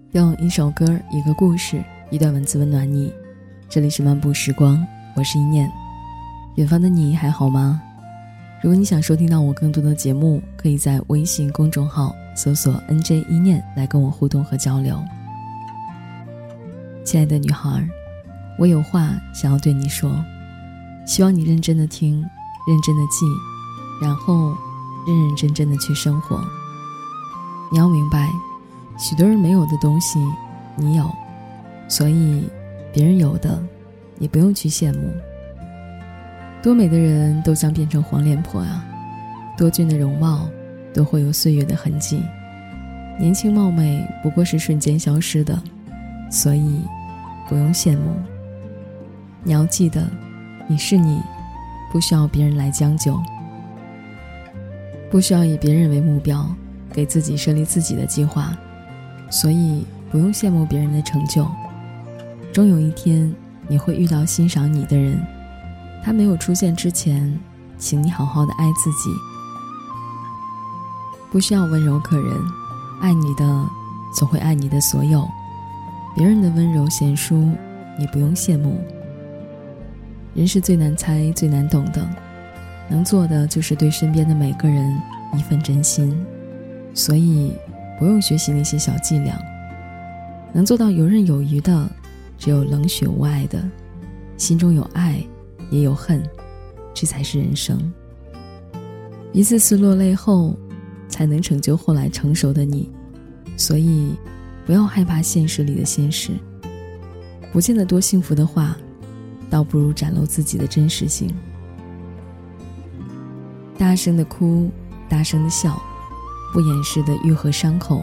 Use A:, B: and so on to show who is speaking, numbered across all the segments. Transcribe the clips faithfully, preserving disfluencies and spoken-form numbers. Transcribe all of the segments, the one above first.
A: 用一首歌、一个故事、一段文字温暖你。这里是漫步时光，我是一念。远方的你还好吗？如果你想收听到我更多的节目，可以在微信公众号搜索 N J 一念来跟我互动和交流。亲爱的女孩，我有话想要对你说，希望你认真的听，认真的记，然后认认真真的去生活。你要明白，许多人没有的东西你有，所以别人有的你不用去羡慕。多美的人都将变成黄脸婆啊，多俊的容貌都会有岁月的痕迹，年轻貌美不过是瞬间消失的，所以不用羡慕。你要记得，你是你，不需要别人来将就，不需要以别人为目标，给自己设立自己的计划，所以不用羡慕别人的成就。终有一天你会遇到欣赏你的人，他没有出现之前，请你好好的爱自己。不需要温柔可人，爱你的总会爱你的所有，别人的温柔贤淑你不用羡慕。人是最难猜最难懂的，能做的就是对身边的每个人一份真心，所以不用学习那些小伎俩。能做到游刃有余的只有冷血无爱的，心中有爱也有恨，这才是人生。一次次落泪后才能成就后来成熟的你，所以不要害怕现实里的现实。不见得多幸福的话，倒不如展露自己的真实性。大声的哭，大声的笑，不掩饰的愈合伤口。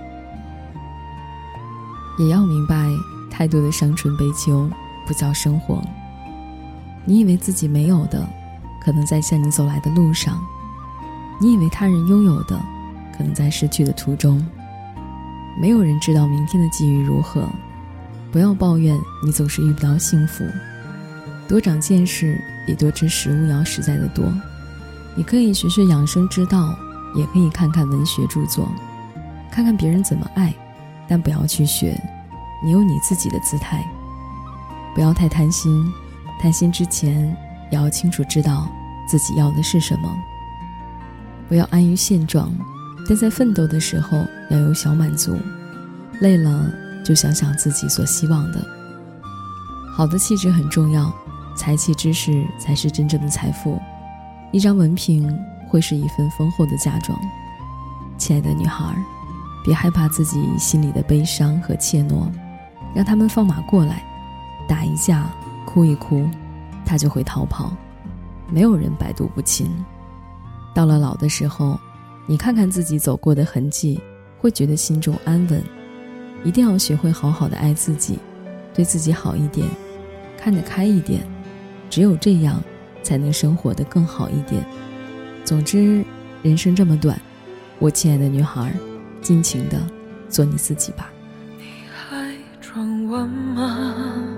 A: 也要明白，太多的伤春悲秋不叫生活。你以为自己没有的，可能在向你走来的路上；你以为他人拥有的，可能在失去的途中。没有人知道明天的际遇如何，不要抱怨你总是遇不到幸福。多长见识比多吃食物要实在的多。你可以学学养生之道，也可以看看文学著作，看看别人怎么爱，但不要去学，你有你自己的姿态。不要太贪心，贪心之前也要清楚知道自己要的是什么。不要安于现状，但在奋斗的时候要有小满足，累了就想想自己所希望的。好的气质很重要，才气知识才是真正的财富。一张文凭会是一份丰厚的嫁妆。亲爱的女孩，别害怕自己心里的悲伤和怯懦，让他们放马过来，打一架哭一哭，他就会逃跑。没有人百毒不侵。到了老的时候，你看看自己走过的痕迹，会觉得心中安稳。一定要学会好好的爱自己，对自己好一点，看得开一点，只有这样才能生活得更好一点。总之，人生这么短，我亲爱的女孩，尽情的做你自己吧。
B: 你还转弯吗？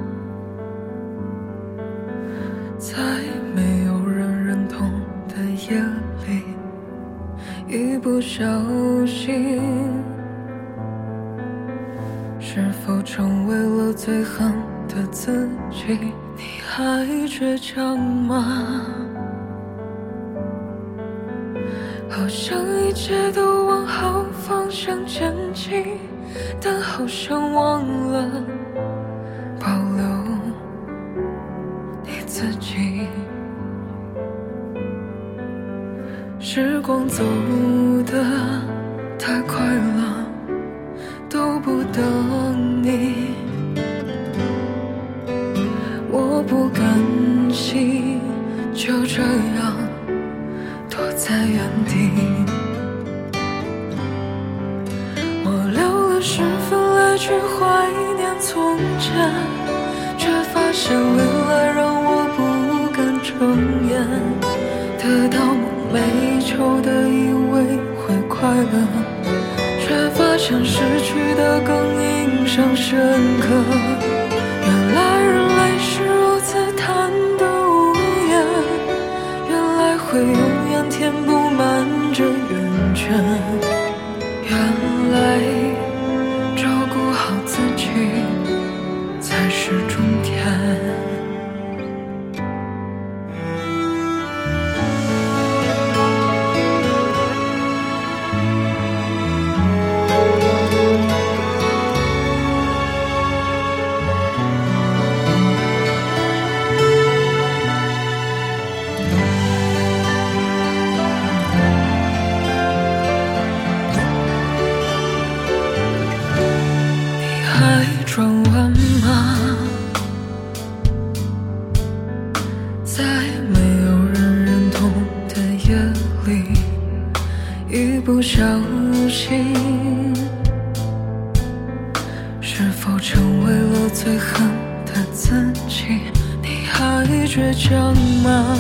B: 在没有人认同的夜里，一不小心，是否成为了最狠的自己？你还倔强吗？好像一切都往好方向前进，但好像忘了保留你自己。时光走得太快了，都不等你。我不甘心就这样躲在原地，我留了十分来去怀念从前，却发现未来让我不敢睁眼。得到梦寐求的以为会快乐，却发现失去的更印象深刻。原来人类是如此贪得无厌，原来会永远填不满这圆圈。原来照顾不小心，是否成为了最狠的自己？你还倔强吗？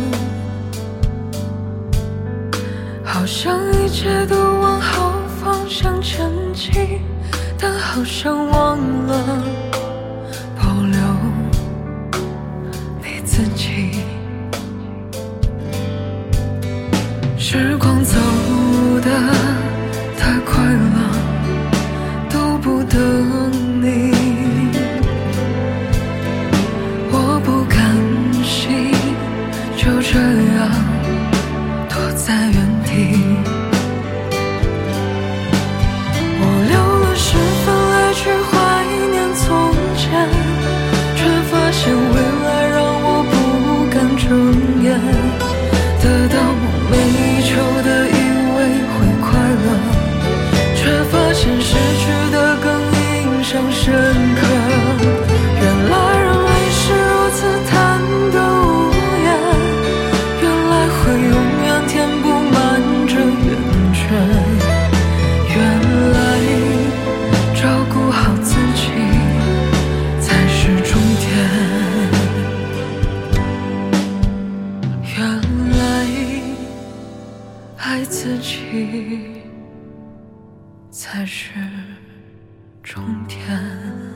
B: 好像一切都往好方向前进，但好像忘了保留你自己。时光走得太快了，都不等你，我不甘心就这样躲在原地。我留了十分来去怀念从前，却发现未来让我不敢睁眼，得到梦寐以求的以为会快乐，却发现失去的更印象深刻。原来人类是如此贪得无厌，原来会永远填不满这圆圈，原来照顾好自己才是终点，原来爱自己才是终点。